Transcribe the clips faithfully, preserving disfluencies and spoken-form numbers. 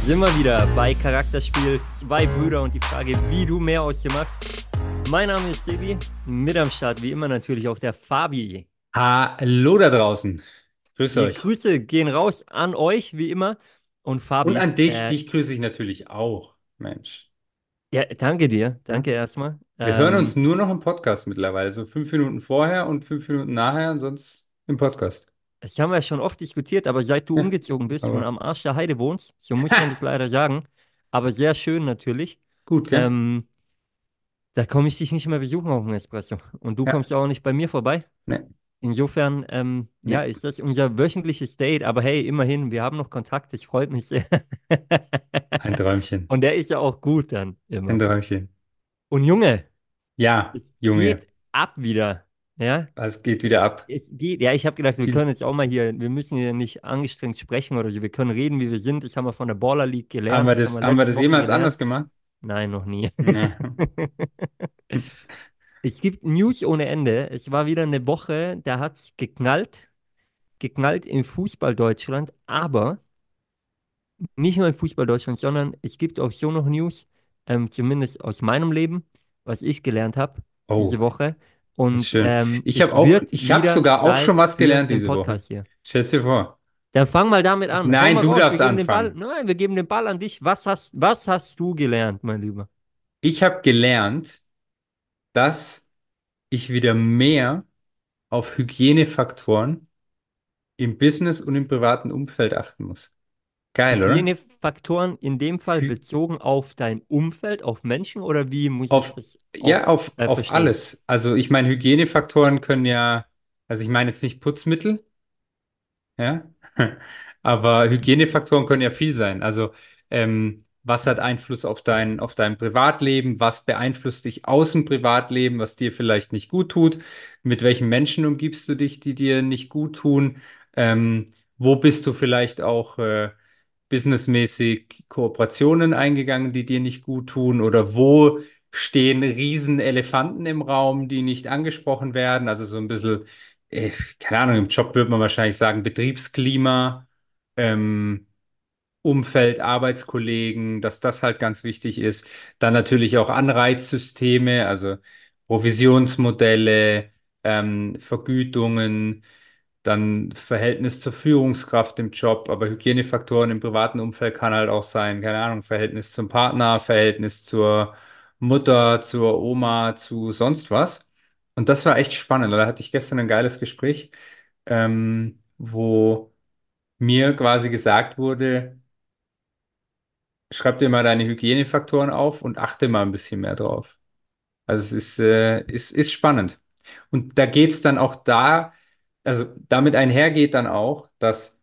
Sind wir wieder bei Charakterspiel Zwei Brüder und die Frage, wie du mehr aus dir machst. Mein Name ist Sebi, mit am Start wie immer natürlich auch der Fabi. Hallo da draußen. Grüß Die euch. Grüße gehen raus an euch wie immer und Und Fabi. an dich, Äh, dich grüße ich natürlich auch, Mensch. ja, danke dir, Ja? danke erstmal. Wir hören uns Ähm, nur noch im Podcast mittlerweile, so fünf Minuten vorher und fünf Minuten nachher und sonst im Podcast. Das haben wir ja schon oft diskutiert, aber seit du Ja, umgezogen bist und aber am Arsch der Heide wohnst, so muss man das leider sagen, aber sehr schön natürlich, gut, gell? ähm, da komme ich dich nicht mehr besuchen auf dem Espresso. Und du Ja, kommst ja auch nicht bei mir vorbei. ne, Insofern, ähm, ja, ne. ist das unser wöchentliches Date, aber hey, immerhin, wir haben noch Kontakt, ich freut mich sehr. Ein Träumchen. Und der ist ja auch gut dann Ein immer. Träumchen. Und Junge, Ja, es Junge, geht ab wieder. Ja, es geht wieder es, ab. es geht. Ja, ich habe Es gedacht, wir geht. können jetzt auch mal hier, wir müssen hier nicht angestrengt sprechen oder so. Wir können reden, wie wir sind. Das haben wir von der Baller League Haben gelernt, wir das haben das, wir haben wir letzte das Woche jemals gelernt. anders gemacht? Nein, noch nie. Ne. Es gibt News ohne Ende. Es war wieder eine Woche, da hat es geknallt, geknallt im Fußball Deutschland, aber nicht nur im Fußball Deutschland, sondern es gibt auch so noch News, ähm, zumindest aus meinem Leben, was ich gelernt habe diese Oh, Woche. das ist Und schön. ähm, Ich habe es auch, wird ich habe wieder sogar auch schon Zeit was für gelernt den diese Woche. Podcast hier. Stell's dir vor. Dann fang mal damit an. Hau Nein, mal du raus. Wir darfst geben den Ball. anfangen. Nein, wir geben den Ball an dich. Was hast, was hast du gelernt, mein Lieber? Ich habe gelernt, dass ich wieder mehr auf Hygienefaktoren im Business und im privaten Umfeld achten muss. Geil, oder? Hygienefaktoren in dem Fall Hy bezogen auf dein Umfeld, auf Menschen oder wie muss ich auf, das ja, auf, auf, äh, auf verstehen? alles. Also ich meine, Hygienefaktoren können ja, also ich meine jetzt nicht Putzmittel, ja. Aber Hygienefaktoren können ja viel sein. Also, ähm, was hat Einfluss auf dein, auf dein Privatleben? Was beeinflusst dich aus dem Privatleben, was dir vielleicht nicht gut tut? Mit welchen Menschen umgibst du dich, die dir nicht gut tun? Ähm, wo bist du vielleicht auch äh, businessmäßig Kooperationen eingegangen, die dir nicht gut tun? Oder wo stehen riesen Elefanten im Raum, die nicht angesprochen werden? Also so ein bisschen äh, keine Ahnung, im Job würde man wahrscheinlich sagen, Betriebsklima, ähm, Umfeld, Arbeitskollegen, dass das halt ganz wichtig ist. Dann natürlich auch Anreizsysteme, also Provisionsmodelle, ähm, Vergütungen, dann Verhältnis zur Führungskraft im Job, aber Hygienefaktoren im privaten Umfeld kann halt auch sein, keine Ahnung, Verhältnis zum Partner, Verhältnis zur Mutter, zur Oma, zu sonst was. Und das war echt spannend. Da hatte ich gestern ein geiles Gespräch, ähm, wo mir quasi gesagt wurde, schreib dir mal deine Hygienefaktoren auf und achte mal ein bisschen mehr drauf. Also es ist, äh, ist, ist spannend. Und da geht's dann auch da, also damit einhergeht dann auch, dass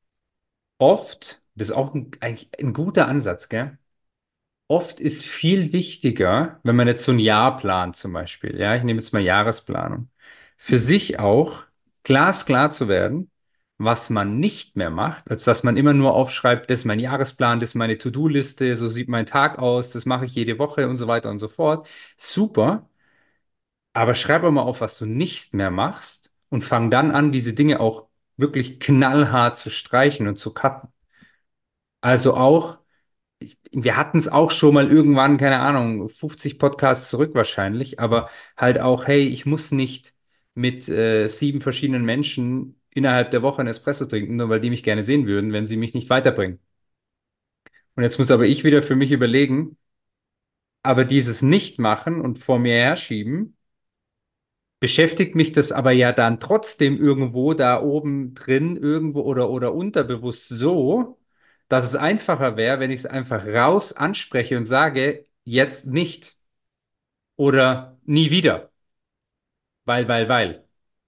oft, das ist auch ein, eigentlich ein guter Ansatz, gell? Oft ist viel wichtiger, wenn man jetzt so ein Jahr plant zum Beispiel, ja, ich nehme jetzt mal Jahresplanung, für sich auch glasklar zu werden, was man nicht mehr macht, als dass man immer nur aufschreibt, das ist mein Jahresplan, das ist meine To-Do-Liste, so sieht mein Tag aus, das mache ich jede Woche und so weiter und so fort. Super, aber schreib auch mal auf, was du nicht mehr machst und fang dann an, diese Dinge auch wirklich knallhart zu streichen und zu cutten. Also auch ich, wir hatten es auch schon mal irgendwann, keine Ahnung, fünfzig Podcasts zurück wahrscheinlich, aber halt auch, hey, ich muss nicht mit äh, sieben verschiedenen Menschen innerhalb der Woche einen Espresso trinken, nur weil die mich gerne sehen würden, wenn sie mich nicht weiterbringen. Und jetzt muss aber ich wieder für mich überlegen, aber dieses Nicht-Machen und vor mir herschieben, beschäftigt mich das aber ja dann trotzdem irgendwo da oben drin, irgendwo oder, oder unterbewusst so, dass es einfacher wäre, wenn ich es einfach raus anspreche und sage, jetzt nicht oder nie wieder, weil, weil, weil.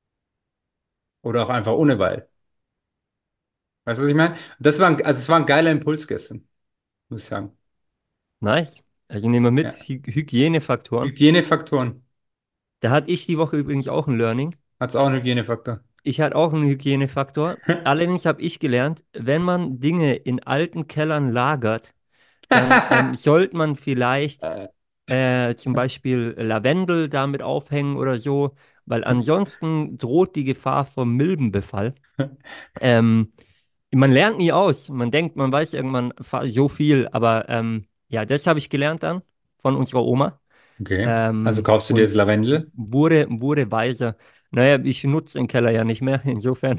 Oder auch einfach ohne weil. Weißt du, was ich meine? Das war ein, also es war ein geiler Impuls gestern, muss ich sagen. Nice. Also nehmen wir mit Ja. Hy Hygienefaktoren. Hygienefaktoren. Da hatte ich die Woche übrigens auch ein Learning. Hat es auch einen Hygienefaktor? Ich hatte auch einen Hygienefaktor. Allerdings habe ich gelernt, wenn man Dinge in alten Kellern lagert, dann ähm, sollte man vielleicht äh, zum Beispiel Lavendel damit aufhängen oder so, weil ansonsten droht die Gefahr vom Milbenbefall. Ähm, man lernt nie aus. Man denkt, man weiß irgendwann fa- so viel, aber ähm, ja, das habe ich gelernt dann von unserer Oma Okay. Also ähm, kaufst du dir jetzt und Lavendel? wurde, wurde weiser. Naja, ich nutze den Keller ja nicht mehr, insofern.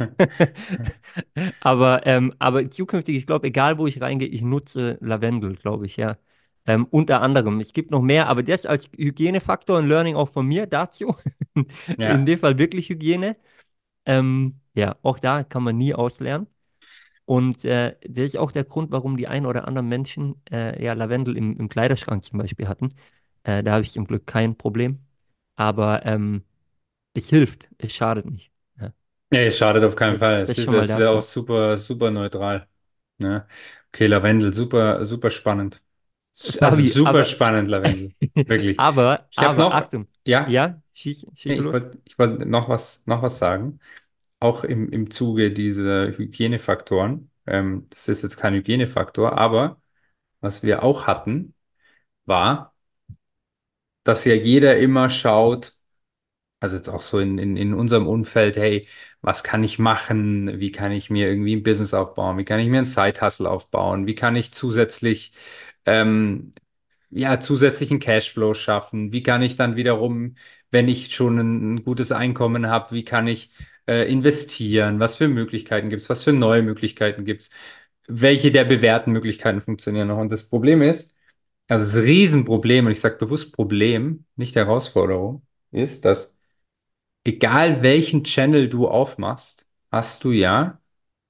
Aber, ähm, aber zukünftig, ich glaube, egal wo ich reingehe, ich nutze Lavendel, glaube ich, ja. Ähm, unter anderem. Es gibt noch mehr, aber das als Hygienefaktor und Learning auch von mir dazu. In Ja. dem Fall wirklich Hygiene. Ähm, ja, auch da kann man nie auslernen. Und äh, das ist auch der Grund, warum die ein oder anderen Menschen äh, ja Lavendel im, im Kleiderschrank zum Beispiel hatten. Äh, da habe ich zum Glück kein Problem. Aber ähm, es hilft, es schadet nicht. Ja, Nee, es schadet auf keinen das, Fall. Es das ist schon mal es ist ja auch dazu. super, super neutral. Ne? Okay, Lavendel, super, super spannend. S- Also Fabi, super aber, spannend, Lavendel. Wirklich. aber, Ich habe aber, noch, Achtung. ja, Ja, schieß, schieß nee, ich los. wollte ich wollt noch was, noch was sagen. Auch im, im Zuge dieser Hygienefaktoren. Ähm, das ist jetzt kein Hygienefaktor, aber was wir auch hatten, war, dass ja jeder immer schaut, also jetzt auch so in, in, in unserem Umfeld, hey, was kann ich machen? Wie kann ich mir irgendwie ein Business aufbauen? Wie kann ich mir ein Side-Hustle aufbauen? Wie kann ich zusätzlich, ähm, ja, zusätzlichen Cashflow schaffen? Wie kann ich dann wiederum, wenn ich schon ein, ein gutes Einkommen habe, wie kann ich äh, investieren? Was für Möglichkeiten gibt es? Was für neue Möglichkeiten gibt es? Welche der bewährten Möglichkeiten funktionieren noch? Und das Problem ist, also das Riesenproblem, und ich sage bewusst Problem, nicht Herausforderung, ist, dass egal welchen Channel du aufmachst, hast du ja,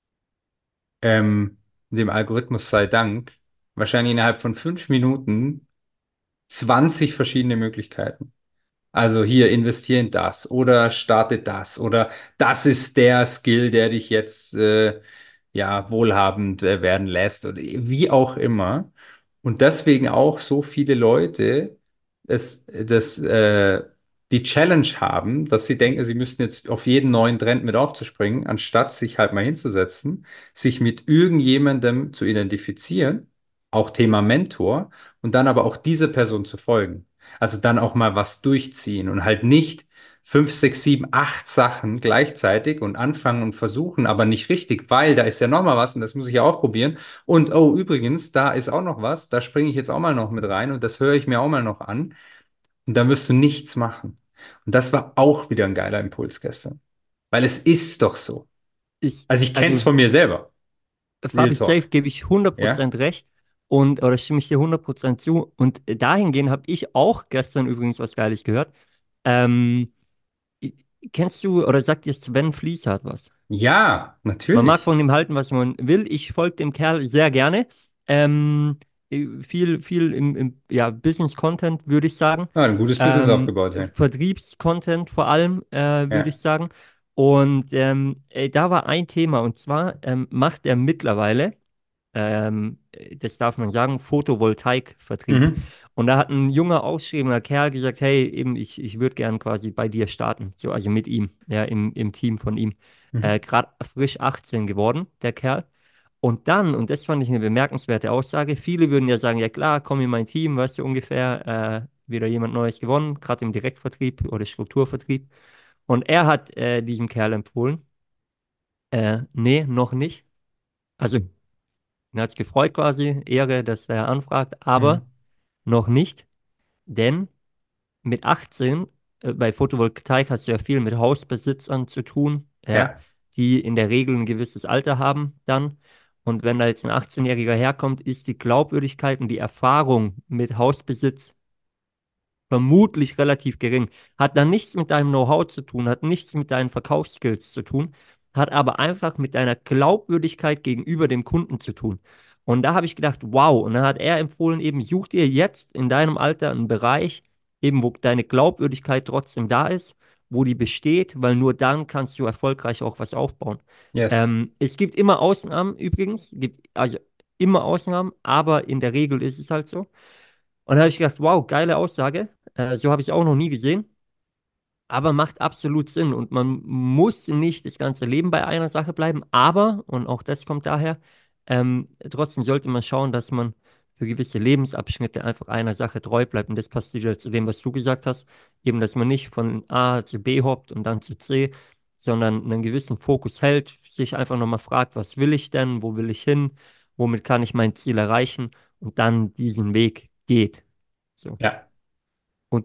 ähm, dem Algorithmus sei Dank, wahrscheinlich innerhalb von fünf Minuten zwanzig verschiedene Möglichkeiten. Also hier investiere in das oder starte das oder das ist der Skill, der dich jetzt äh, ja wohlhabend äh, werden lässt oder wie auch immer. Und deswegen auch so viele Leute es, das, äh, die Challenge haben, dass sie denken, sie müssten jetzt auf jeden neuen Trend mit aufzuspringen, anstatt sich halt mal hinzusetzen, sich mit irgendjemandem zu identifizieren, auch Thema Mentor, und dann aber auch dieser Person zu folgen. Also dann auch mal was durchziehen und halt nicht fünf, sechs, sieben, acht Sachen gleichzeitig und anfangen und versuchen, aber nicht richtig, weil da ist ja noch mal was und das muss ich ja auch probieren. Und oh, übrigens, da ist auch noch was, da springe ich jetzt auch mal noch mit rein und das höre ich mir auch mal noch an. Und dann wirst du nichts machen. Und das war auch wieder ein geiler Impuls gestern. Weil es ist doch so. Ich, Also ich kenne es also, von mir selber. Real Fabi, safe Talk. gebe ich hundert Ja? Prozent recht und, oder stimme ich dir hundert Prozent zu. Und dahingehend habe ich auch gestern übrigens was Geiles gehört. Ähm, Kennst du oder sagt dir Sven Fließhardt was? Ja, Man mag natürlich. von ihm halten, was man will. Ich folge dem Kerl sehr gerne. Ähm, äh, viel, viel im, im ja, Business-Content, würde ich sagen. Ah, ein gutes Business Ähm, aufgebaut, hey. Vertriebs-Content vor allem, äh, würde ich Ja. sagen. Und ähm, äh, da war ein Thema, und zwar ähm, macht er mittlerweile ähm, das darf man sagen, Photovoltaikvertrieb. Mhm. Und da hat ein junger, ausstrebender Kerl gesagt, hey, eben, ich, ich würde gern quasi bei dir starten, so, also mit ihm, ja, im, im Team von ihm. Mhm. Äh, gerade frisch achtzehn geworden, der Kerl. Und dann, und das fand ich eine bemerkenswerte Aussage, viele würden ja sagen, ja klar, komm in mein Team, weißt du ungefähr, äh, wieder jemand Neues gewonnen, gerade im Direktvertrieb oder Strukturvertrieb. Und er hat äh, diesem Kerl empfohlen, äh, nee, noch nicht. Also ihn hat es gefreut quasi, Ehre, dass er anfragt, aber Mhm. noch nicht, denn mit achtzehn, äh, bei Photovoltaik hast du ja viel mit Hausbesitzern zu tun, ja, Ja. die in der Regel ein gewisses Alter haben dann. Und wenn da jetzt ein achtzehn-Jähriger herkommt, ist die Glaubwürdigkeit und die Erfahrung mit Hausbesitz vermutlich relativ gering. Hat dann nichts mit deinem Know-how zu tun, hat nichts mit deinen Verkaufsskills zu tun, hat aber einfach mit deiner Glaubwürdigkeit gegenüber dem Kunden zu tun. Und da habe ich gedacht, wow. Und dann hat er empfohlen, eben such dir jetzt in deinem Alter einen Bereich, eben wo deine Glaubwürdigkeit trotzdem da ist, wo die besteht, weil nur dann kannst du erfolgreich auch was aufbauen. Yes. Ähm, es gibt immer Ausnahmen übrigens, gibt also immer Ausnahmen, aber in der Regel ist es halt so. Und da habe ich gedacht, wow, geile Aussage. Äh, so habe ich es auch noch nie gesehen. Aber macht absolut Sinn. Und man muss nicht das ganze Leben bei einer Sache bleiben. Aber, und auch das kommt daher, ähm, trotzdem sollte man schauen, dass man für gewisse Lebensabschnitte einfach einer Sache treu bleibt. Und das passt wieder zu dem, was du gesagt hast. Eben, dass man nicht von A zu B hoppt und dann zu C. sondern einen gewissen Fokus hält, sich einfach nochmal fragt, was will ich denn, wo will ich hin, womit kann ich mein Ziel erreichen und dann diesen Weg geht. So. Ja. Und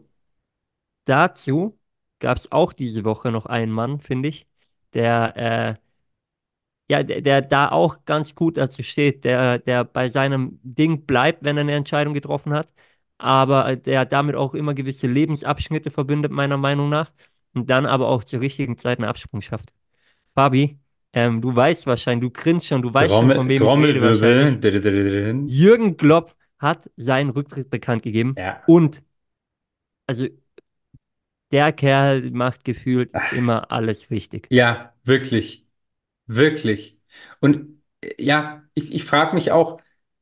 dazu gab es auch diese Woche noch einen Mann, finde ich, der, äh, ja, der, der da auch ganz gut dazu steht, der, der bei seinem Ding bleibt, wenn er eine Entscheidung getroffen hat, aber äh, der damit auch immer gewisse Lebensabschnitte verbindet, meiner Meinung nach, und dann aber auch zur richtigen Zeit einen Absprung schafft. Fabi, ähm, du weißt wahrscheinlich, du grinst schon, du weißt schon, von Trommel, wem ich rede Trommelwirbel. wahrscheinlich. Dididididin. Jürgen Klopp hat seinen Rücktritt bekannt gegeben Ja. und also der Kerl macht gefühlt Ach, immer alles richtig. ja, wirklich. Wirklich. Und äh, ja, ich, ich frage mich auch,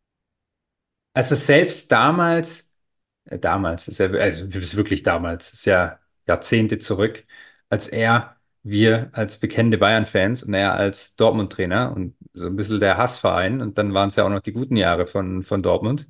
also selbst damals, äh, damals, ist ja, also das ist wirklich damals, ist ja Jahrzehnte zurück, als er, wir als bekennende Bayern-Fans und er als Dortmund-Trainer und so ein bisschen der Hassverein und dann waren es ja auch noch die guten Jahre von, von Dortmund.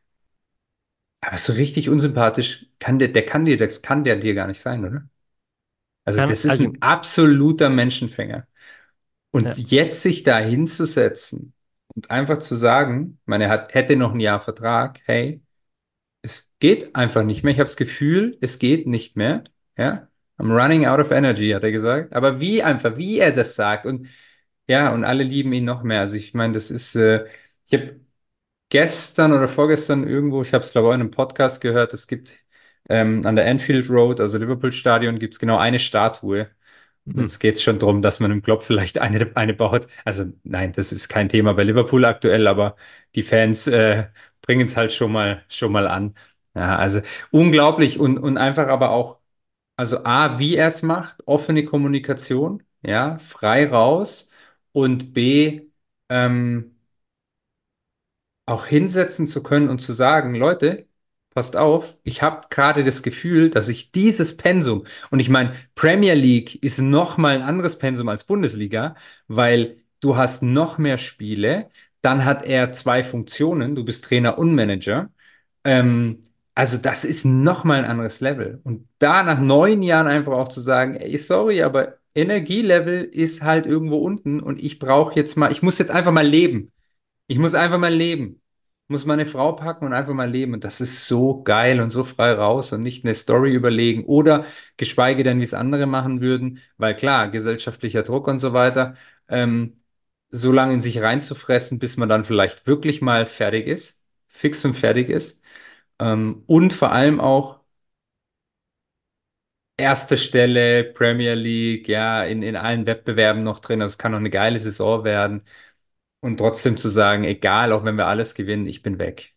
Aber so richtig unsympathisch kann der, der kann dir, das kann der dir gar nicht sein, oder? Also Kann, das ist also, ein absoluter Menschenfänger. Und ja, jetzt sich da hinzusetzen und einfach zu sagen, ich meine, er hat, hätte noch ein Jahr Vertrag, hey, es geht einfach nicht mehr. Ich habe das Gefühl, es geht nicht mehr. Ja, I'm running out of energy, hat er gesagt. Aber wie einfach, wie er das sagt und ja, und alle lieben ihn noch mehr. Also ich meine, das ist, äh, ich habe gestern oder vorgestern irgendwo, ich habe es glaube ich auch in einem Podcast gehört, es gibt ähm, an der Anfield Road, also Liverpool Stadion, gibt es genau eine Statue. Und hm. jetzt geht es schon darum, dass man im Klopp vielleicht eine, eine baut. Also nein, das ist kein Thema bei Liverpool aktuell, aber die Fans äh, bringen es halt schon mal, schon mal an. Ja, also unglaublich und, und einfach aber auch, also A, wie er es macht, offene Kommunikation, ja, frei raus und B, ähm, auch hinsetzen zu können und zu sagen, Leute, passt auf, ich habe gerade das Gefühl, dass ich dieses Pensum, und ich meine, Premier League ist noch mal ein anderes Pensum als Bundesliga, weil du hast noch mehr Spiele, dann hat er zwei Funktionen, du bist Trainer und Manager. Ähm, also das ist noch mal ein anderes Level. Und da nach neun Jahren einfach auch zu sagen, ey, sorry, aber Energielevel ist halt irgendwo unten und ich brauche jetzt mal, ich muss jetzt einfach mal leben. Ich muss einfach mal leben. Muss meine Frau packen und einfach mal leben. Und das ist so geil und so frei raus und nicht eine Story überlegen oder geschweige denn, wie es andere machen würden, weil klar, gesellschaftlicher Druck und so weiter, ähm, so lange in sich reinzufressen, bis man dann vielleicht wirklich mal fertig ist, fix und fertig ist. Ähm, und vor allem auch erste Stelle, Premier League, ja, in, in allen Wettbewerben noch drin. Das kann noch eine geile Saison werden. Und trotzdem zu sagen, egal, auch wenn wir alles gewinnen, ich bin weg.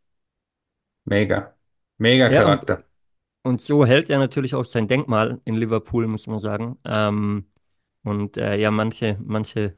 Mega. Mega Ja, und, Charakter. und so hält er natürlich auch sein Denkmal in Liverpool, muss man sagen. Ähm, und äh, ja, manche, manche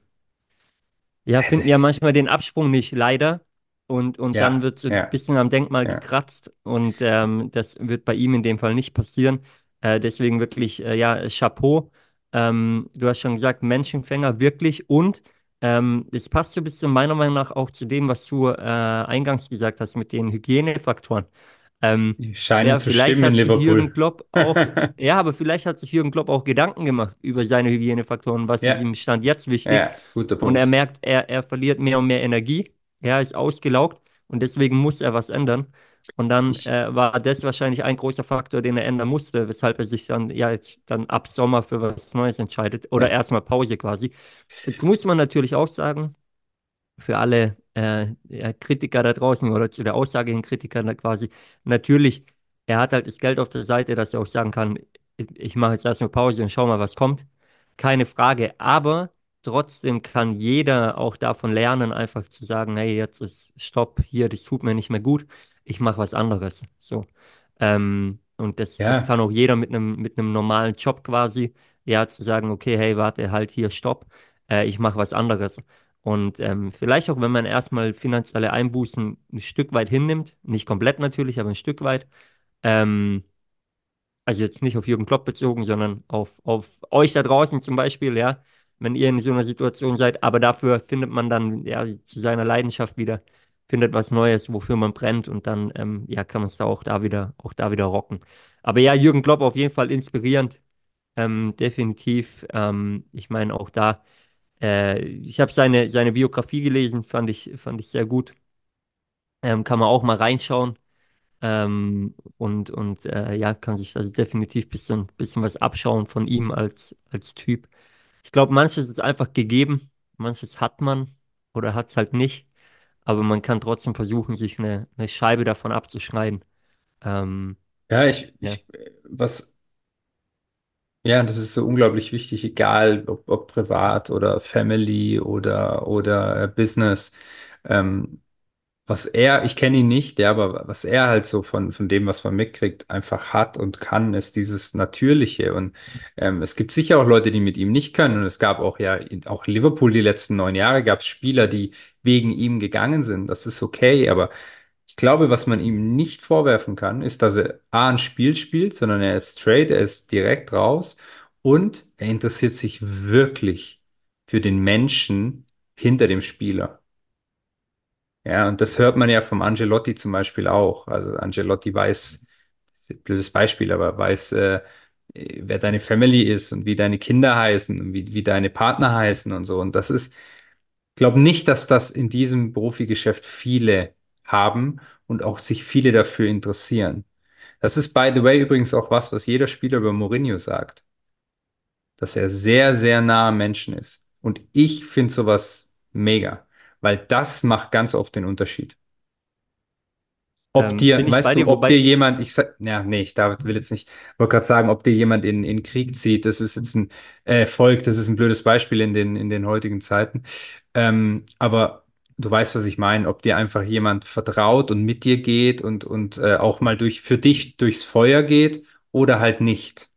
ja, Also, finden ja manchmal den Absprung nicht, leider. Und, und dann ja, wird so ein ja, bisschen am Denkmal ja. gekratzt. Und ähm, das wird bei ihm in dem Fall nicht passieren. Äh, deswegen wirklich, äh, ja, Chapeau. Ähm, du hast schon gesagt, Menschenfänger, wirklich. Und ähm, das passt so ein bisschen meiner Meinung nach auch zu dem, was du äh, eingangs gesagt hast mit den Hygienefaktoren. Ähm, Die scheinen ja, zu vielleicht stimmen in hat sich Jürgen Liverpool. Klopp auch, ja, aber vielleicht hat sich Jürgen Klopp auch Gedanken gemacht über seine Hygienefaktoren, was ist Ja, ihm Stand jetzt wichtig. ja, guter Und er Punkt. merkt, er, er verliert mehr und mehr Energie. Er ist ausgelaugt und deswegen muss er was ändern. Und dann Ich, äh, war das wahrscheinlich ein großer Faktor, den er ändern musste, weshalb er sich dann ja jetzt dann ab Sommer für was Neues entscheidet oder ja, erstmal Pause quasi. Jetzt muss man natürlich auch sagen, für alle äh, ja, Kritiker da draußen oder zu der Aussage hin Kritiker da quasi, natürlich, er hat halt das Geld auf der Seite, dass er auch sagen kann, ich, ich mache jetzt erstmal Pause und schau mal, was kommt. Keine Frage, aber trotzdem kann jeder auch davon lernen, einfach zu sagen, hey, jetzt ist Stopp, hier, das tut mir nicht mehr gut, ich mache was anderes. So. Ähm, und das, das ja, kann auch jeder mit einem mit einem normalen Job quasi, ja, zu sagen, okay, hey, warte, halt hier, Stopp, äh, ich mache was anderes. Und ähm, vielleicht auch, wenn man erstmal finanzielle Einbußen ein Stück weit hinnimmt, nicht komplett natürlich, aber ein Stück weit, ähm, also jetzt nicht auf Jürgen Klopp bezogen, sondern auf, auf euch da draußen zum Beispiel, ja, wenn ihr in so einer Situation seid, aber dafür findet man dann ja zu seiner Leidenschaft wieder, findet was Neues, wofür man brennt und dann ähm, ja, kann man es da auch da wieder, auch da wieder rocken. Aber ja, Jürgen Klopp auf jeden Fall inspirierend, ähm, definitiv. Ähm, ich meine auch da, äh, ich habe seine, seine Biografie gelesen, fand ich, fand ich sehr gut. Ähm, kann man auch mal reinschauen. Ähm, und und äh, ja, kann sich also definitiv bisschen, bisschen was abschauen von ihm als, als Typ. Ich glaube, manches ist einfach gegeben, manches hat man oder hat es halt nicht. Aber man kann trotzdem versuchen, sich eine, eine Scheibe davon abzuschneiden. Ähm, Ja, ich, ja. ich, was, ja, das ist so unglaublich wichtig, egal ob, ob privat oder Family oder, oder äh, Business. Ähm, was er, ich kenne ihn nicht, ja, aber was er halt so von, von dem, was man mitkriegt, einfach hat und kann, ist dieses Natürliche. Und ähm, es gibt sicher auch Leute, die mit ihm nicht können. Und es gab auch ja, in- auch Liverpool die letzten neun Jahre gab es Spieler, die wegen ihm gegangen sind. Das ist okay, aber ich glaube, was man ihm nicht vorwerfen kann, ist, dass er A, ein Spiel spielt, sondern er ist straight, er ist direkt raus und er interessiert sich wirklich für den Menschen hinter dem Spieler. Ja, und das hört man ja vom Ancelotti zum Beispiel auch. Also Ancelotti weiß, ist ein blödes Beispiel, aber weiß, äh, wer deine Family ist und wie deine Kinder heißen und wie, wie deine Partner heißen und so. Und das ist, ich glaube nicht, dass das in diesem Profigeschäft viele haben und auch sich viele dafür interessieren. Das ist, by the way, übrigens auch was, was jeder Spieler über Mourinho sagt, dass er sehr, sehr nah am Menschen ist. Und ich finde sowas mega, weil das macht ganz oft den Unterschied. Ob Ähm, dir, bin ich bei weißt du, dir, ob dir wobei, jemand, ich sag, ja, nee, ich darf, will jetzt nicht, wollte gerade sagen, ob dir jemand in, in Krieg zieht, das ist jetzt ein äh, Volk, das ist ein blödes Beispiel in den, in den heutigen Zeiten. Ähm, aber du weißt, was ich meine, ob dir einfach jemand vertraut und mit dir geht und, und äh, auch mal durch, für dich durchs Feuer geht oder halt nicht.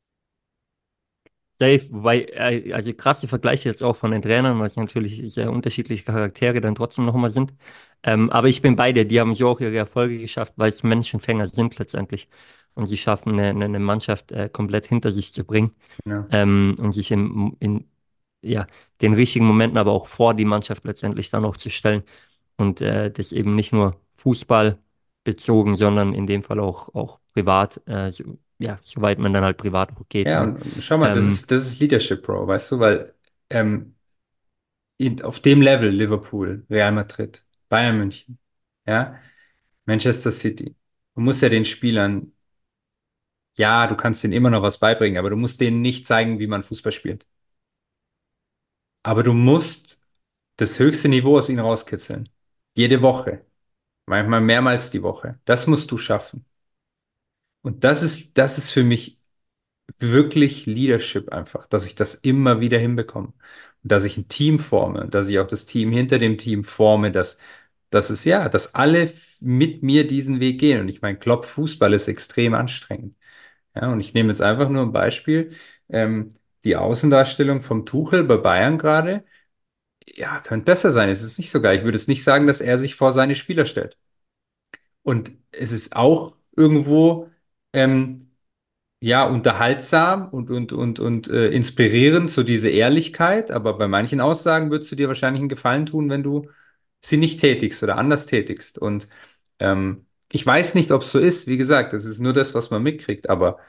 safe, wobei, äh, also krasse Vergleiche jetzt auch von den Trainern, weil es natürlich sehr unterschiedliche Charaktere dann trotzdem nochmal sind. Ähm, aber ich bin bei dir, die haben so auch ihre Erfolge geschafft, weil es Menschenfänger sind letztendlich. Und sie schaffen, eine, eine eine Mannschaft äh, komplett hinter sich zu bringen. Ja. Ähm, und sich in, in ja, den richtigen Momenten aber auch vor die Mannschaft letztendlich dann auch zu stellen. Und äh, das eben nicht nur Fußball bezogen, sondern in dem Fall auch, auch privat, äh, so, ja, soweit man dann halt privat auch geht, Ja, ne? und, und schau mal, das Ähm, ist, das ist Leadership, Bro, weißt du, weil ähm, in, auf dem Level Liverpool, Real Madrid, Bayern München, ja, Manchester City. Du musst ja den Spielern, ja, du kannst denen immer noch was beibringen, aber du musst denen nicht zeigen, wie man Fußball spielt. Aber du musst das höchste Niveau aus ihnen rauskitzeln. Jede Woche, manchmal mehrmals die Woche. Das musst du schaffen. Und das ist, das ist für mich wirklich Leadership einfach, dass ich das immer wieder hinbekomme. Und dass ich ein Team forme und dass ich auch das Team hinter dem Team forme, dass, dass es ja, dass alle f- mit mir diesen Weg gehen. Und ich meine, Klopp Fußball ist extrem anstrengend. Ja, und ich nehme jetzt einfach nur ein Beispiel. Ähm, die Außendarstellung vom Tuchel bei Bayern gerade, ja, könnte besser sein. Es ist nicht so geil. Ich würde es nicht sagen, dass er sich vor seine Spieler stellt. Und es ist auch irgendwo, ähm, ja, unterhaltsam und, und, und, und äh, inspirierend, so diese Ehrlichkeit. Aber bei manchen Aussagen würdest du dir wahrscheinlich einen Gefallen tun, wenn du sie nicht tätigst oder anders tätigst. Und ähm, ich weiß nicht, ob es so ist. Wie gesagt, das ist nur das, was man mitkriegt. Aber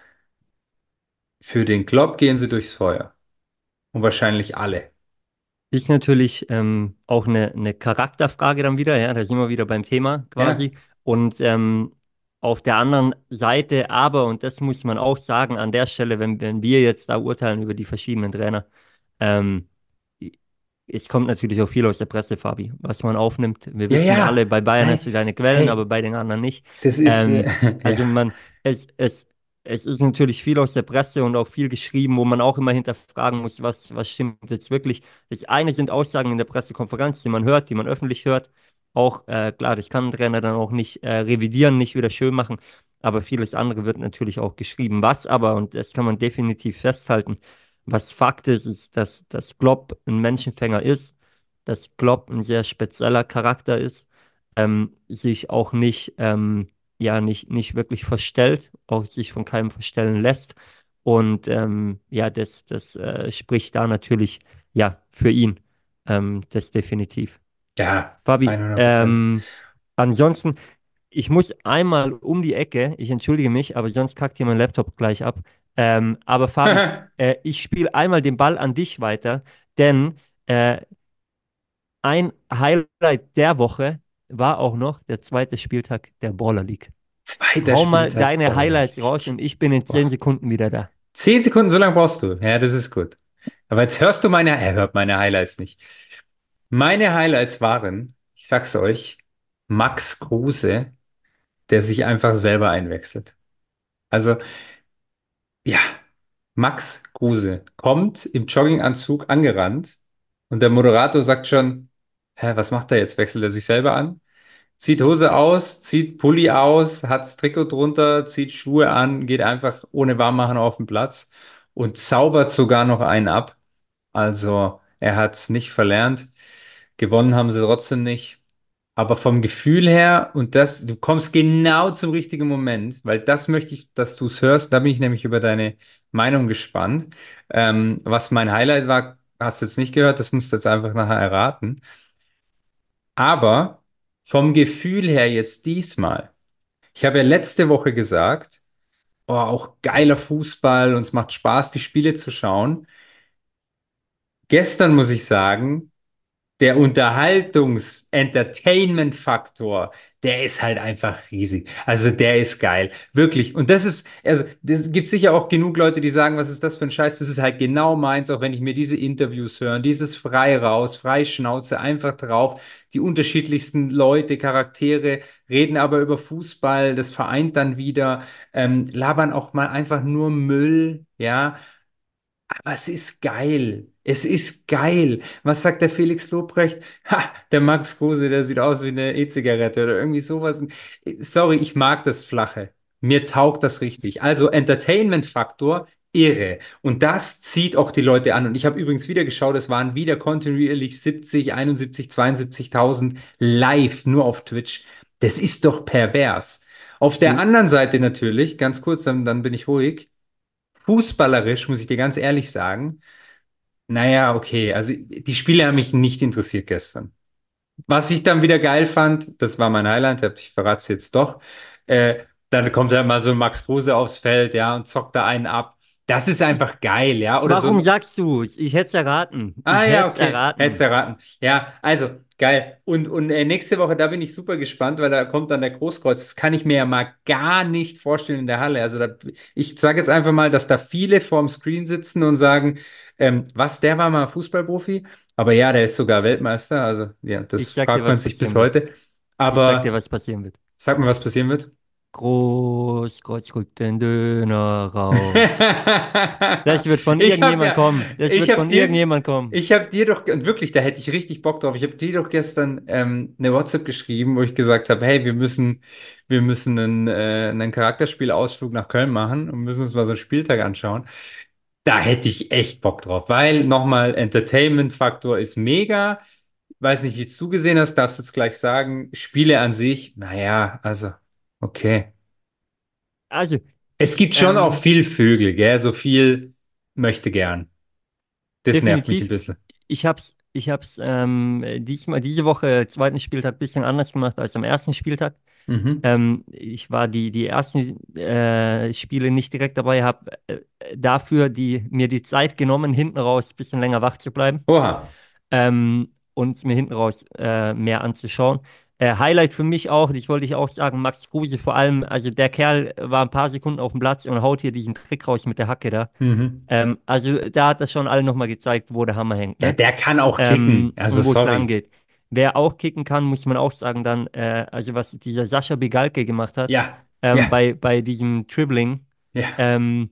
für den Klopp gehen sie durchs Feuer. Und wahrscheinlich alle. ist natürlich ähm, auch eine, eine Charakterfrage dann wieder, ja, da sind wir wieder beim Thema Ja, quasi. Und ähm, auf der anderen Seite aber, und das muss man auch sagen, an der Stelle, wenn, wenn wir jetzt da urteilen über die verschiedenen Trainer, ähm, es kommt natürlich auch viel aus der Presse, Fabi, was man aufnimmt. Wir ja, wissen alle, ja. bei Bayern hast Nein. du deine Quellen, aber Hey, bei den anderen nicht. das ist, äh, Ähm, ja. also man, es, es, es ist natürlich viel aus der Presse und auch viel geschrieben, wo man auch immer hinterfragen muss, was, was stimmt jetzt wirklich. Das eine sind Aussagen in der Pressekonferenz, die man hört, die man öffentlich hört. Auch, äh, klar, das kann ein Trainer dann auch nicht äh, revidieren, nicht wieder schön machen, aber vieles andere wird natürlich auch geschrieben. Was aber, und das kann man definitiv festhalten, was Fakt ist, ist, dass, dass Klopp ein Menschenfänger ist, dass Klopp ein sehr spezieller Charakter ist, ähm, sich auch nicht, ähm, ja, nicht, nicht wirklich verstellt, auch sich von keinem verstellen lässt. Und ähm, ja, das, das äh, spricht da natürlich ja für ihn. Ähm, das definitiv. Ja, Fabi, hundert Prozent. ähm, ansonsten, ich muss einmal um die Ecke, ich entschuldige mich, aber sonst kackt hier mein Laptop gleich ab. Ähm, aber Fabi, äh, ich spiele einmal den Ball an dich weiter, denn äh, ein Highlight der Woche war auch noch der zweite Spieltag der Baller League. Zweiter Hau mal Spieltag deine Baller Highlights raus League. und ich bin in zehn Boah. Sekunden wieder da. Zehn Sekunden, so lange brauchst du. Ja, das ist gut. Aber jetzt hörst du meine, er hört meine Highlights nicht. Meine Highlights waren, ich sag's euch, Max Kruse, der sich einfach selber einwechselt. Also, ja, Max Kruse kommt im Jogginganzug angerannt und der Moderator sagt schon, hä, was macht er jetzt? Wechselt er sich selber an? Zieht Hose aus, zieht Pulli aus, hat das Trikot drunter, zieht Schuhe an, geht einfach ohne Warmmachen auf den Platz und zaubert sogar noch einen ab. Also er hat es nicht verlernt. Gewonnen haben sie trotzdem nicht. Aber vom Gefühl her, und das, du kommst genau zum richtigen Moment, weil das möchte ich, dass du es hörst. Da bin ich nämlich über deine Meinung gespannt. Ähm, was mein Highlight war, hast du jetzt nicht gehört, das musst du jetzt einfach nachher erraten. Aber vom Gefühl her jetzt diesmal. Ich habe ja letzte Woche gesagt, oh, auch geiler Fußball und es macht Spaß, die Spiele zu schauen. Gestern muss ich sagen, der Unterhaltungs-Entertainment-Faktor, der ist halt einfach riesig. Also der ist geil. Wirklich. Und das ist, also, es gibt sicher auch genug Leute, die sagen, was ist das für ein Scheiß? Das ist halt genau meins, auch wenn ich mir diese Interviews höre, dieses frei raus, frei Schnauze, einfach drauf. Die unterschiedlichsten Leute, Charaktere reden aber über Fußball, das vereint dann wieder, ähm, labern auch mal einfach nur Müll, ja. Aber es ist geil. Es ist geil. Was sagt der Felix Lobrecht? Ha, der Max Kruse, der sieht aus wie eine E-Zigarette oder irgendwie sowas. Sorry, ich mag das Flache. Mir taugt das richtig. Also Entertainment-Faktor, irre. Und das zieht auch die Leute an. Und ich habe übrigens wieder geschaut, es waren wieder kontinuierlich siebzig, einundsiebzig, zweiundsiebzigtausend live nur auf Twitch. Das ist doch pervers. Auf der Du, anderen Seite natürlich, ganz kurz, dann, dann bin ich ruhig. Fußballerisch muss ich dir ganz ehrlich sagen, naja, okay, also die Spiele haben mich nicht interessiert gestern. Was ich dann wieder geil fand, das war mein Highlight, ich verrate es jetzt doch, äh, dann kommt ja mal so ein Max Kruse aufs Feld, ja, und zockt da einen ab. Das ist ich, einfach geil, ja, oder so warum ein sagst du es? Ich hätte es erraten. Ah Ich ja, hätte es okay. Hättest du erraten. erraten. Ja, also geil. Und, und äh, nächste Woche, da bin ich super gespannt, weil da kommt dann der Großkreuz. Das kann ich mir ja mal gar nicht vorstellen in der Halle. Also da, ich sage jetzt einfach mal, dass da viele vorm Screen sitzen und sagen, ähm, was, der war mal Fußballprofi? Aber ja, der ist sogar Weltmeister. Also ja, das Ich sag dir, fragt man was sich bis passieren wird. heute. Ich sag dir, Aber was passieren wird. sag mir, was passieren wird. Großkreuz rückt den Döner raus. Das wird von Ich habe irgendjemand ja, kommen. Das ich wird habe von dir, irgendjemand kommen. ich habe dir doch, und wirklich, da hätte ich richtig Bock drauf. Ich habe dir doch gestern ähm, eine WhatsApp geschrieben, wo ich gesagt habe, hey, wir müssen, wir müssen einen, äh, einen Charakterspielausflug nach Köln machen und müssen uns mal so einen Spieltag anschauen. Da hätte ich echt Bock drauf, weil nochmal Entertainment-Faktor ist mega. Weiß nicht, wie du gesehen hast, darfst du jetzt gleich sagen. Spiele an sich, naja, also, okay. Also, Es ich, gibt schon auch ähm, viel Vögel, gell? So viel möchte gern. Das nervt mich ein definitiv. bisschen. Ich hab's, ich hab's ähm, diesmal, diese Woche, zweiten Spieltag, ein bisschen anders gemacht als am ersten Spieltag. Mhm. Ähm, ich war die, die ersten äh, Spiele nicht direkt dabei, habe äh, dafür die, mir die Zeit genommen, hinten raus ein bisschen länger wach zu bleiben. Oha. ähm, und mir hinten raus äh, mehr anzuschauen. Äh, Highlight für mich auch, ich wollte ich auch sagen, Max Kruse vor allem, also der Kerl war ein paar Sekunden auf dem Platz und haut hier diesen Trick raus mit der Hacke da. Mhm. Ähm, also da hat das schon allen nochmal gezeigt, wo der Hammer hängt, Ja, ne? der kann auch kicken. Ähm, Also und wo es lang sorry. geht. Wer auch kicken kann, muss man auch sagen, dann, äh, also was dieser Sascha Begalke gemacht hat, Ja, ähm, ja, bei, bei diesem Dribbling, ja. ähm,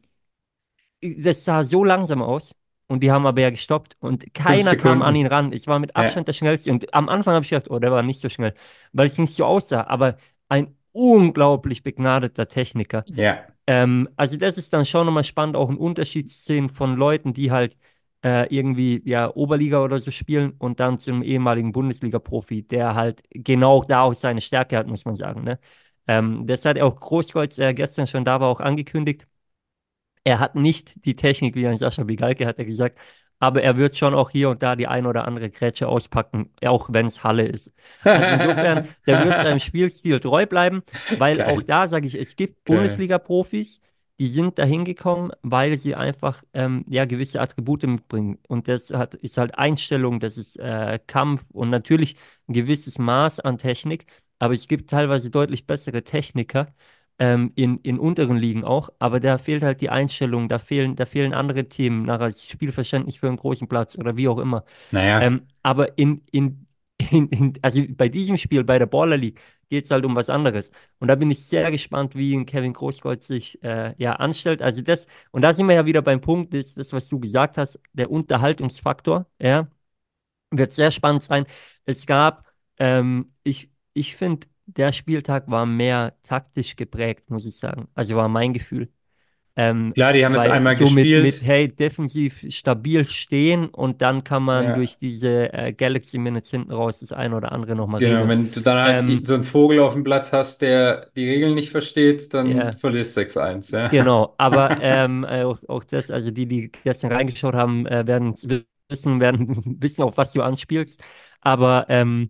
das sah so langsam aus und die haben aber ja gestoppt und Fünf keiner kam an ihn Sekunden. ran. Ich war mit Ja, Abstand der Schnellste und am Anfang habe ich gedacht, oh, der war nicht so schnell, weil es nicht so aussah, aber ein unglaublich begnadeter Techniker. ja. Ähm, also das ist dann schon nochmal spannend, auch einen Unterschied zu sehen von Leuten, die halt äh, irgendwie ja Oberliga oder so spielen und dann zum ehemaligen Bundesliga-Profi, der halt genau da auch seine Stärke hat, muss man sagen, ne? Ähm, das hat auch Großkreuz äh, gestern schon da war auch angekündigt. Er hat nicht die Technik wie ein Sascha Bigalke, hat er gesagt, aber er wird schon auch hier und da die ein oder andere Grätsche auspacken, auch wenn es Halle ist. Also insofern, der wird seinem Spielstil treu bleiben, weil auch Geil, da sage ich, es gibt geil. Bundesliga-Profis, die sind dahin gekommen, weil sie einfach ähm, ja gewisse Attribute mitbringen. Und das hat, ist halt Einstellung, das ist äh, Kampf und natürlich ein gewisses Maß an Technik. Aber es gibt teilweise deutlich bessere Techniker ähm, in, in unteren Ligen auch. Aber da fehlt halt die Einstellung, da fehlen, da fehlen andere Themen, nachher das Spielverständnis für einen großen Platz oder wie auch immer. Naja, Ähm, aber in, in, in, in, also bei diesem Spiel, bei der Baller League, geht es halt um was anderes. Und da bin ich sehr gespannt, wie ein Kevin Großkreuz sich äh, ja anstellt. Also das, und da sind wir ja wieder beim Punkt, das, das, was du gesagt hast, der Unterhaltungsfaktor, ja, wird sehr spannend sein. Es gab, ähm, ich, ich finde, der Spieltag war mehr taktisch geprägt, muss ich sagen. Also war mein Gefühl. Ähm, klar, die haben jetzt weil einmal so mit, mit, gespielt. hey, defensiv stabil stehen und dann kann man Ja, durch diese äh, Galaxy Minutes hinten raus das eine oder andere nochmal genau. regeln. Wenn du dann halt i- Ähm, so einen Vogel auf dem Platz hast, der die Regeln nicht versteht, dann ja, verlierst sechs eins, ja. genau. Aber ähm, äh, auch, auch das, also die, die gestern reingeschaut haben, äh, werden wissen, werden wissen, auf was du anspielst. Aber ähm,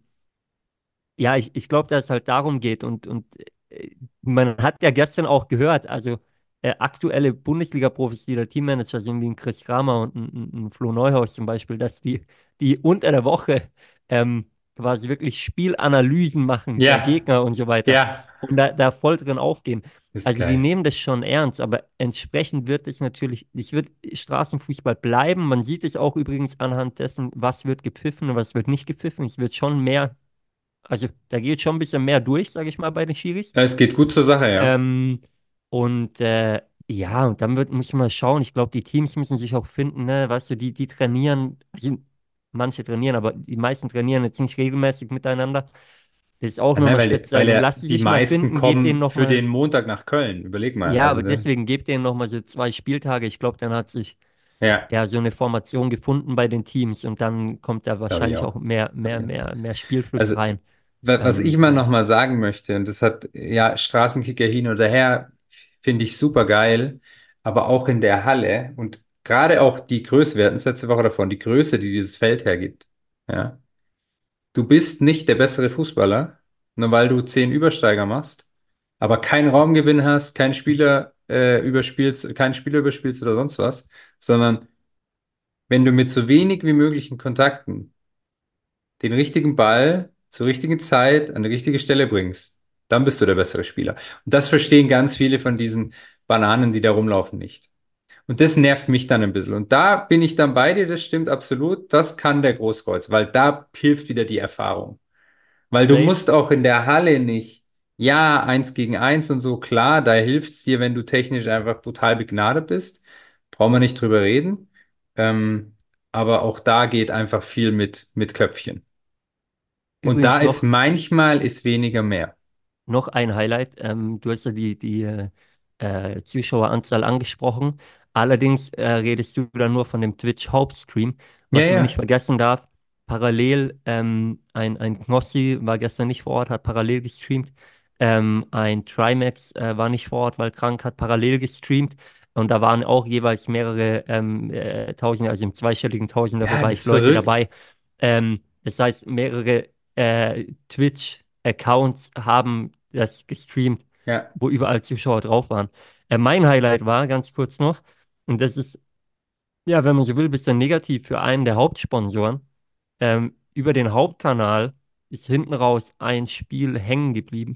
ja, ich, ich glaube, dass es halt darum geht und, und äh, man hat ja gestern auch gehört, also äh, aktuelle Bundesliga-Profis, die der Teammanager sind, wie ein Chris Kramer und ein, ein, ein Flo Neuhaus zum Beispiel, dass die, die unter der Woche ähm, quasi wirklich Spielanalysen machen der Ja, Gegner und so weiter ja, und da, da voll drin aufgehen. ist Also die geil. nehmen das schon ernst, aber entsprechend wird es natürlich, es wird Straßenfußball bleiben. Man sieht es auch übrigens anhand dessen, was wird gepfiffen und was wird nicht gepfiffen. Es wird schon mehr, also da geht schon ein bisschen mehr durch, sage ich mal, bei den Schiris. Ja, es geht gut zur Sache, ja. Ähm, und äh, ja, und dann wird, muss ich mal schauen. Ich glaube, die Teams müssen sich auch finden, ne? Weißt du, die, die trainieren, also manche trainieren, aber die meisten trainieren jetzt nicht regelmäßig miteinander. Das ist auch Ja, ne, nochmal weil, speziell. weil Dann ja lass sie die sich mal meisten finden, gebt denen kommen für nochmal, den Montag nach Köln. Überleg mal. ja, Also, aber da, deswegen gebt denen nochmal so zwei Spieltage. Ich glaube, dann hat sich ja, ja so eine Formation gefunden bei den Teams und dann kommt da glaube ich wahrscheinlich auch auch. mehr, Glaube mehr, ich auch. mehr, mehr Spielfluss Also, rein. wa- was ich Ähm, mal ja, nochmal sagen möchte, und das hat ja Straßenkicker hin oder her, finde ich super geil, aber auch in der Halle und gerade auch die Größe, wir hatten es letzte Woche davon, die Größe, die dieses Feld hergibt. Ja. Du bist nicht der bessere Fußballer, nur weil du zehn Übersteiger machst, aber keinen Raumgewinn hast, keinen Spieler äh, überspielst, keinen Spieler überspielst oder sonst was, sondern wenn du mit so wenig wie möglichen Kontakten den richtigen Ball zur richtigen Zeit an die richtige Stelle bringst, dann bist du der bessere Spieler. Und das verstehen ganz viele von diesen Bananen, die da rumlaufen, nicht. Und das nervt mich dann ein bisschen. Und da bin ich dann bei dir, das stimmt absolut. Das kann der Großkreuz, weil da hilft wieder die Erfahrung. Weil du safe. musst auch in der Halle nicht, ja, eins gegen eins und so, klar, da hilft es dir, wenn du technisch einfach brutal begnadet bist. Brauchen wir nicht drüber reden. Ähm, aber auch da geht einfach viel mit, mit Köpfchen. Und da Übrigens ist noch manchmal ist weniger mehr. Noch ein Highlight. Ähm, du hast ja die, die äh, äh, Zuschaueranzahl angesprochen. Allerdings äh, redest du da nur von dem Twitch-Hauptstream. Ja, Was man nicht ja, vergessen darf, parallel, ähm, ein, ein Knossi war gestern nicht vor Ort, hat parallel gestreamt. Ähm, ein Trimax äh, war nicht vor Ort, weil krank, hat parallel gestreamt. Und da waren auch jeweils mehrere ähm, äh, Tausende, also im zweistelligen ja, das Tausenderbereich ist Leute verrückt. dabei. Ähm, das heißt, mehrere äh, Twitch-Accounts haben das gestreamt, Ja, wo überall Zuschauer drauf waren. Äh, mein Highlight war, ganz kurz noch, und das ist, ja, wenn man so will, ein bisschen negativ für einen der Hauptsponsoren. Ähm, über den Hauptkanal ist hinten raus ein Spiel hängen geblieben.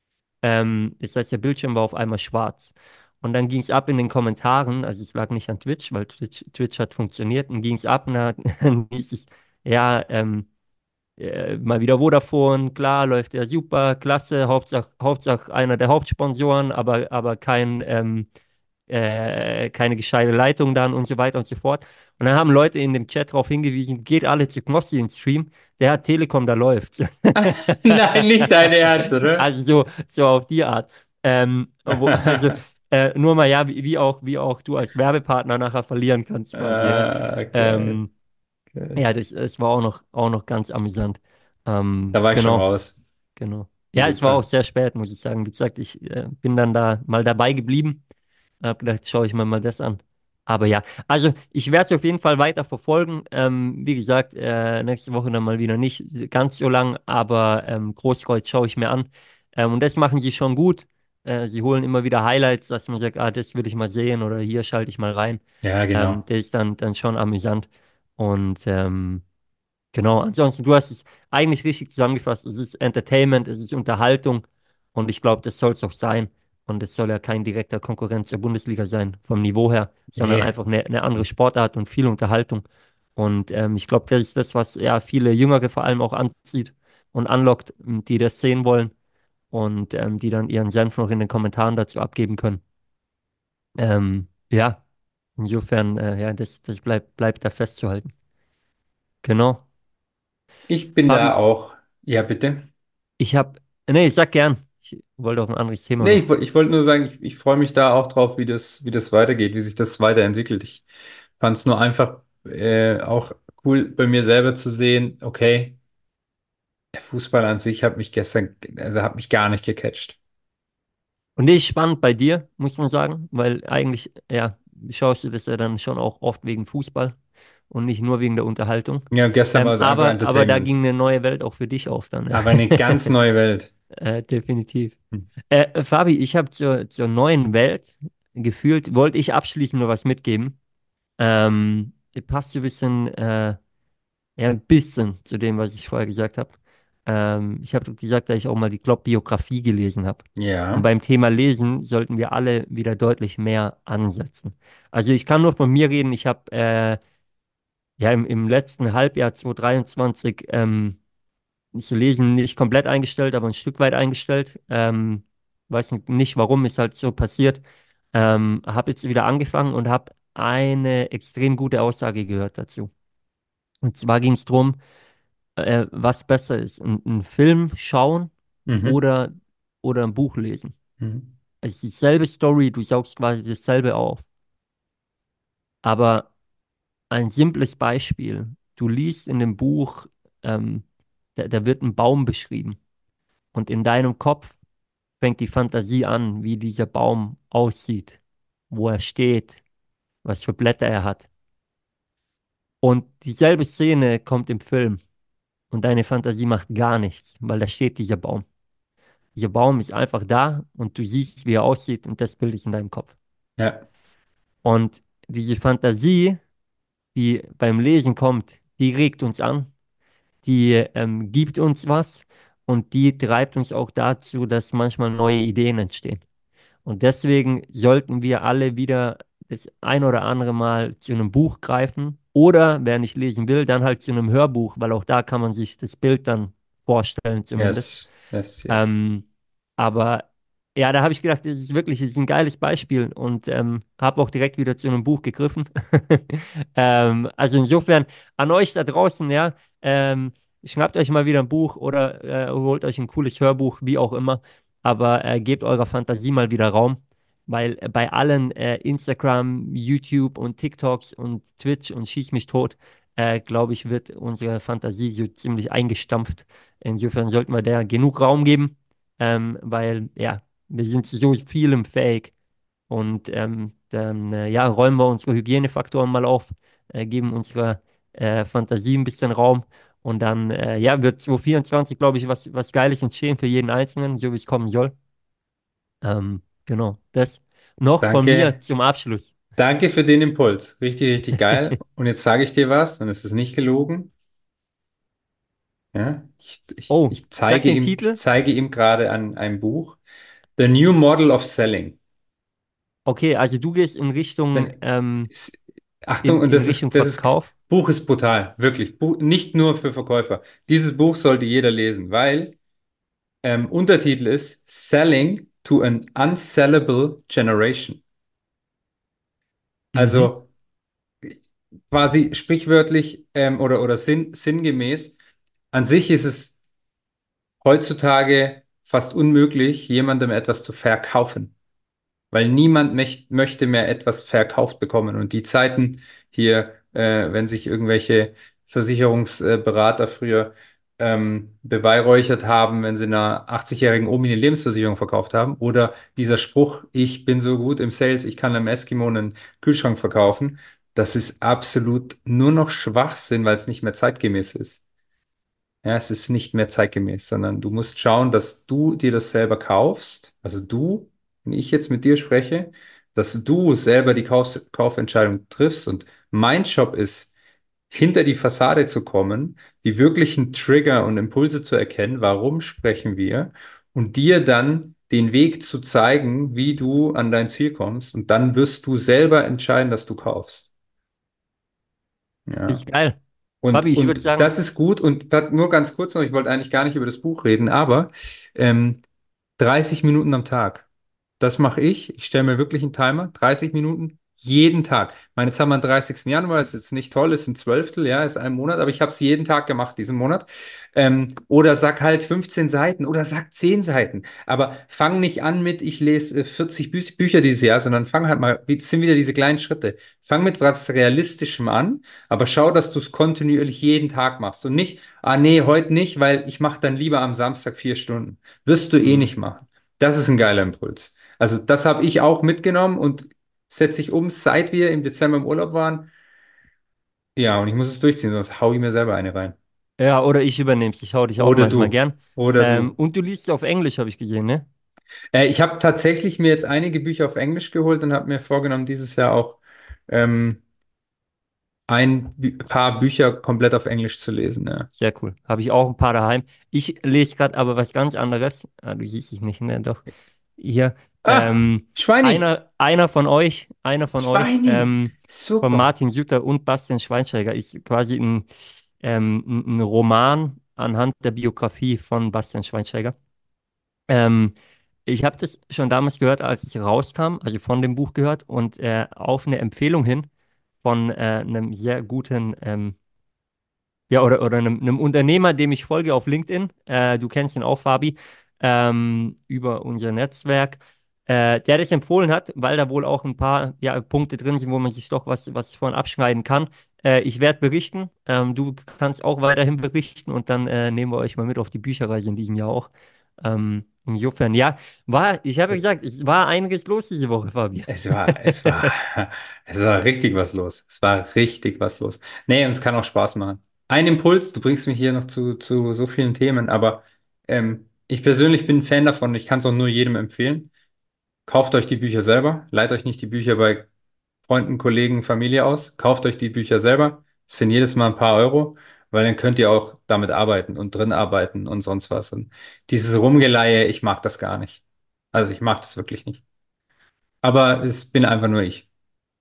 Ähm, das heißt, der Bildschirm war auf einmal schwarz. Und dann ging es ab in den Kommentaren, also es lag nicht an Twitch, weil Twitch, Twitch hat funktioniert, und ging es ab und dann dann hieß es, ja, ähm, äh, mal wieder Vodafone, klar, läuft ja super, klasse, Hauptsache, Hauptsache einer der Hauptsponsoren, aber, aber kein, ähm, äh, keine gescheite Leitung dann und so weiter und so fort. Und dann haben Leute in dem Chat darauf hingewiesen, geht alle zu Knossi ins Stream, der hat Telekom, da läuft's. nein, nicht dein Ernst, oder? Also so, so auf die Art. Ähm, wo, also äh, nur mal ja, wie, wie auch, wie auch du als Werbepartner nachher verlieren kannst quasi, ja. Ah, geil, Ähm, geil. ja, das, das war auch noch, auch noch ganz amüsant. Ähm, Da war ich schon genau, raus. genau. Zum Ja, Glück es war auch dann. sehr spät, muss ich sagen. Wie gesagt, ich äh, bin dann da mal dabei geblieben. Hab gedacht, schaue ich mir mal das an. Aber ja, also ich werde es auf jeden Fall weiter verfolgen. Ähm, wie gesagt, äh, nächste Woche dann mal wieder nicht ganz so lang, aber ähm, Großkreuz schaue ich mir an. Ähm, und das machen sie schon gut. Äh, sie holen immer wieder Highlights, dass man sagt, ah, das will ich mal sehen oder hier schalte ich mal rein. Ja, Ähm, genau. das ist dann, dann schon amüsant. Und ähm, genau, ansonsten, du hast es eigentlich richtig zusammengefasst. Es ist Entertainment, es ist Unterhaltung und ich glaube, das soll es auch sein. Und es soll ja kein direkter Konkurrent zur Bundesliga sein vom Niveau her, sondern Nee. einfach eine, eine andere Sportart und viel Unterhaltung. Und ähm, ich glaube, das ist das, was ja viele Jüngere vor allem auch anzieht und anlockt, m, die das sehen wollen und ähm, die dann ihren Senf noch in den Kommentaren dazu abgeben können. Ähm, ja, insofern, äh, ja, das, das bleibt, bleibt da festzuhalten. Genau. Ich bin da Fabi, auch. Ja, bitte. ich habe, nee, ich sag gern. Ich wollte auf ein anderes Thema Nee, noch. ich, woll- ich wollte nur sagen, ich, ich freue mich da auch drauf, wie das, wie das weitergeht, wie sich das weiterentwickelt. Ich fand es nur einfach äh, auch cool bei mir selber zu sehen, okay, der Fußball an sich hat mich gestern, also hat mich gar nicht gecatcht. Und das ist spannend bei dir, muss man sagen, weil eigentlich, ja, schaust du das ja dann schon auch oft wegen Fußball und nicht nur wegen der Unterhaltung. Ja, gestern war Ähm, es einfach aber, aber da Entertainment. ging eine neue Welt auch für dich auf dann. Ja. Aber eine ganz neue Welt. Äh, definitiv. Hm. Äh, Fabi, ich habe zur, zur neuen Welt gefühlt, wollte ich abschließend nur was mitgeben. Ähm, passt so ein bisschen, äh, ja, ein bisschen zu dem, was ich vorher gesagt habe. Ähm, ich habe gesagt, dass ich auch mal die Klopp-Biografie gelesen habe. Und Ja. beim Thema Lesen sollten wir alle wieder deutlich mehr ansetzen. Also ich kann nur von mir reden. Ich habe äh, ja im, im letzten Halbjahr zwanzig dreiundzwanzig ähm, das Lesen nicht komplett eingestellt, aber ein Stück weit eingestellt. Ähm, weiß nicht warum, ist halt so passiert. Ähm, habe jetzt wieder angefangen und habe eine extrem gute Aussage gehört dazu. Und zwar ging es darum, äh, was besser ist, ein, ein Film schauen Mhm. oder, oder ein Buch lesen. Mhm. Es ist dieselbe Story, du saugst quasi dasselbe auf. Aber ein simples Beispiel, du liest in dem Buch, ähm, da, da wird ein Baum beschrieben und in deinem Kopf fängt die Fantasie an, wie dieser Baum aussieht, wo er steht, was für Blätter er hat. Und dieselbe Szene kommt im Film und deine Fantasie macht gar nichts, weil da steht dieser Baum. Dieser Baum ist einfach da und du siehst, wie er aussieht und das Bild ist in deinem Kopf. Ja. Und diese Fantasie, die beim Lesen kommt, die regt uns an, die ähm, gibt uns was und die treibt uns auch dazu, dass manchmal neue Ideen entstehen. Und deswegen sollten wir alle wieder das ein oder andere Mal zu einem Buch greifen oder, wer nicht lesen will, dann halt zu einem Hörbuch, weil auch da kann man sich das Bild dann vorstellen zumindest. Yes. Yes, yes. Ähm, aber ja, da habe ich gedacht, das ist wirklich, das ist ein geiles Beispiel und ähm, habe auch direkt wieder zu einem Buch gegriffen. Ähm, also insofern an euch da draußen, ja, ähm, schnappt euch mal wieder ein Buch oder äh, holt euch ein cooles Hörbuch, wie auch immer, aber äh, gebt eurer Fantasie mal wieder Raum, weil äh, bei allen äh, Instagram, YouTube und TikToks und Twitch und Schieß mich tot, äh, glaube ich, wird unsere Fantasie so ziemlich eingestampft. Insofern sollten wir der genug Raum geben, ähm, weil ja, wir sind zu so vielem fähig. Und ähm, dann äh, ja, räumen wir unsere Hygienefaktoren mal auf, äh, geben unserer äh, Fantasie ein bisschen Raum. Und dann äh, ja, wird zwanzig vierundzwanzig, glaube ich, was, was Geiles entstehen für jeden Einzelnen, so wie es kommen soll. Ähm, genau, das noch von mir Danke. zum Abschluss. Danke für den Impuls. Richtig, richtig geil. Und jetzt sage ich dir was, und es ist nicht gelogen. Ja, ich, ich, Oh, ich sag zeige den ihm, ich Titel. zeige ihm gerade an einem Buch The New Model of Selling. Okay, also du gehst in Richtung, Denn, ähm, es- Achtung, in, und in das Richtung ist, das ist, Verkauf. Buch ist brutal, wirklich. Buch, nicht nur für Verkäufer. Dieses Buch sollte jeder lesen, weil ähm, Untertitel ist Selling to an Unsellable Generation. Mhm, Also quasi sprichwörtlich ähm, oder, oder sinn, sinngemäß, an sich ist es heutzutage fast unmöglich, jemandem etwas zu verkaufen. Weil niemand möcht, möchte mehr etwas verkauft bekommen. Und die Zeiten hier, äh, wenn sich irgendwelche Versicherungsberater früher ähm, beweihräuchert haben, wenn sie einer achtzig-jährigen Omi eine Lebensversicherung verkauft haben, oder dieser Spruch, ich bin so gut im Sales, ich kann einem Eskimo einen Kühlschrank verkaufen, das ist absolut nur noch Schwachsinn, weil es nicht mehr zeitgemäß ist. Ja, es ist nicht mehr zeitgemäß, sondern du musst schauen, dass du dir das selber kaufst, also du. wenn ich jetzt mit dir spreche, dass du selber die Kauf Kaufentscheidung triffst und mein Job ist, hinter die Fassade zu kommen, die wirklichen Trigger und Impulse zu erkennen, warum sprechen wir und dir dann den Weg zu zeigen, wie du an dein Ziel kommst und dann wirst du selber entscheiden, dass du kaufst. Ja. Ist geil. Und, Fabi, ich würde und sagen, das ist gut und das- nur ganz kurz noch, ich wollte eigentlich gar nicht über das Buch reden, aber ähm, dreißig Minuten am Tag. Das mache ich. Ich stelle mir wirklich einen Timer. dreißig Minuten jeden Tag. Ich meine, jetzt haben wir den dreißigsten Januar, ist jetzt nicht toll, ist ein Zwölftel, ja, ist ein Monat, aber ich habe es jeden Tag gemacht diesen Monat. Ähm, oder sag halt fünfzehn Seiten oder sag zehn Seiten. Aber fang nicht an mit, ich lese äh, vierzig Bü Bücher dieses Jahr, sondern fang halt mal, wie- es sind wieder diese kleinen Schritte. Fang mit was Realistischem an, aber schau, dass du es kontinuierlich jeden Tag machst und nicht, ah nee, heute nicht, weil ich mache dann lieber am Samstag vier Stunden. Wirst du eh hm, nicht machen. Das ist ein geiler Impuls. Also das habe ich auch mitgenommen und setze ich um, seit wir im Dezember im Urlaub waren. Ja, und ich muss es durchziehen, sonst hau ich mir selber eine rein. ja, oder ich übernehme es. Ich hau dich auch Oder manchmal du. gern. Oder Ähm, du. und du liest auf Englisch, habe ich gesehen, ne? Äh, ich habe tatsächlich mir jetzt einige Bücher auf Englisch geholt und habe mir vorgenommen, dieses Jahr auch ähm, ein Bü paar Bücher komplett auf Englisch zu lesen. Ja. Sehr cool. Habe ich auch ein paar daheim. Ich lese gerade aber was ganz anderes. Ah, du siehst es nicht, ne? Doch. Hier. Ah, Ähm, Schweini. einer, einer von euch, einer von euch, Schweini. ähm, von Super. Martin Suter und Bastian Schweinsteiger ist quasi ein, ähm, ein ein Roman anhand der Biografie von Bastian Schweinsteiger. Ähm, ich habe das schon damals gehört, als es rauskam, also von dem Buch gehört und äh, auf eine Empfehlung hin von äh, einem sehr guten ähm, ja, oder, oder einem, einem Unternehmer, dem ich folge auf LinkedIn. Äh, du kennst ihn auch, Fabi, ähm, über unser Netzwerk. Äh, der das empfohlen hat, weil da wohl auch ein paar ja, Punkte drin sind, wo man sich doch was, was von abschneiden kann. Äh, ich werde berichten. Ähm, du kannst auch weiterhin berichten und dann äh, nehmen wir euch mal mit auf die Bücherreise in diesem Jahr auch. Ähm, insofern, ja, war, ich habe ja gesagt, es war einiges los diese Woche, Fabi. Es war, es war, es war richtig was los. Es war richtig was los. Nee, und es kann auch Spaß machen. Ein Impuls, du bringst mich hier noch zu, zu so vielen Themen, aber ähm, ich persönlich bin ein Fan davon. Ich kann es auch nur jedem empfehlen. Kauft euch die Bücher selber. Leiht euch nicht die Bücher bei Freunden, Kollegen, Familie aus. Kauft euch die Bücher selber. Es sind jedes Mal ein paar Euro, weil dann könnt ihr auch damit arbeiten und drin arbeiten und sonst was. Und dieses Rumgeleihe, ich mag das gar nicht. Also ich mag das wirklich nicht. Aber es bin einfach nur ich.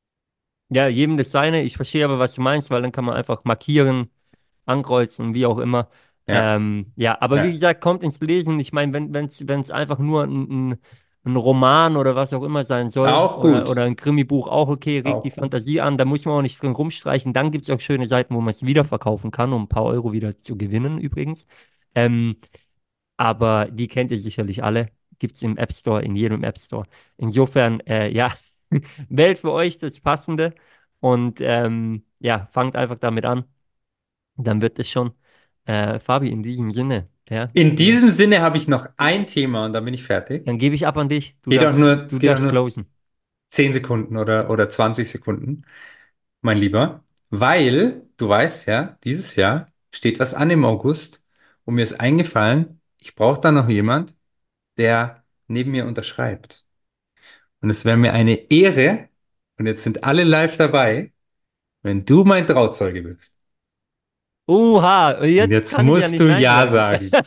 Ja, jedem das seine. Ich verstehe aber, was du meinst, weil dann kann man einfach markieren, ankreuzen, wie auch immer. Ja, Ähm, ja, aber wie ja. gesagt, kommt ins Lesen. Ich meine, wenn wenn es wenn es einfach nur ein, ein, ein Roman oder was auch immer sein soll Auch oder, gut. oder ein Krimibuch auch okay, regt die Auch gut. Fantasie an, da muss man auch nicht drin rumstreichen. Dann gibt es auch schöne Seiten, wo man es wiederverkaufen kann, um ein paar Euro wieder zu gewinnen übrigens. Ähm, aber die kennt ihr sicherlich alle. Gibt es im App Store, in jedem App Store. Insofern, äh, ja, wählt für euch das Passende und ähm, ja, fangt einfach damit an. Dann wird es schon. Äh, Fabi, in diesem Sinne, ja, In wir, diesem Sinne habe ich noch ein Thema und dann bin ich fertig. dann gebe ich ab an dich. Du Geht auch darfst, nur, es du geht auch darfst nur closen. zehn Sekunden oder, oder zwanzig Sekunden, mein Lieber. Weil, du weißt ja, dieses Jahr steht was an im August und mir ist eingefallen, ich brauche da noch jemand, der neben mir unterschreibt. Und es wäre mir eine Ehre, und jetzt sind alle live dabei, wenn du mein Trauzeuge bist. Oha, Und jetzt jetzt kann ich ja musst nicht du Nein Ja sagen. sagen.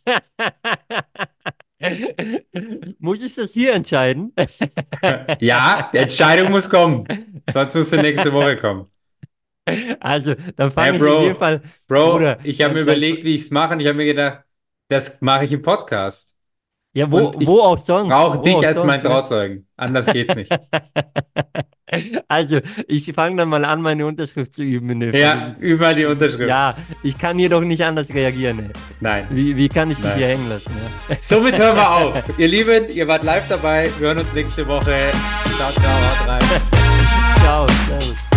Muss ich das hier entscheiden? Ja, die Entscheidung muss kommen. Sonst muss sie nächste Woche kommen. Also, dann Hey, fange ich in dem Bro, Fall, Bro, Bruder, ich habe mir dann, dann, überlegt, wie ich es mache. Und ich habe mir gedacht, das mache ich im Podcast. ja, wo, Und wo ich auch sonst, brauche wo dich auch als meinen sonst, ne? Trauzeugen. Anders geht's nicht. Also, ich fange dann mal an, meine Unterschrift zu üben in dem Fall. Das Ja, ist, über die das ist, Unterschrift. ja, ich kann hier doch nicht anders reagieren, ey. Nein, Wie, wie kann ich dich hier nein. hängen lassen, ja? Somit hören wir auf. Ihr Lieben, ihr wart live dabei. Wir hören uns nächste Woche. Ciao, ciao, haut rein. Ciao, servus.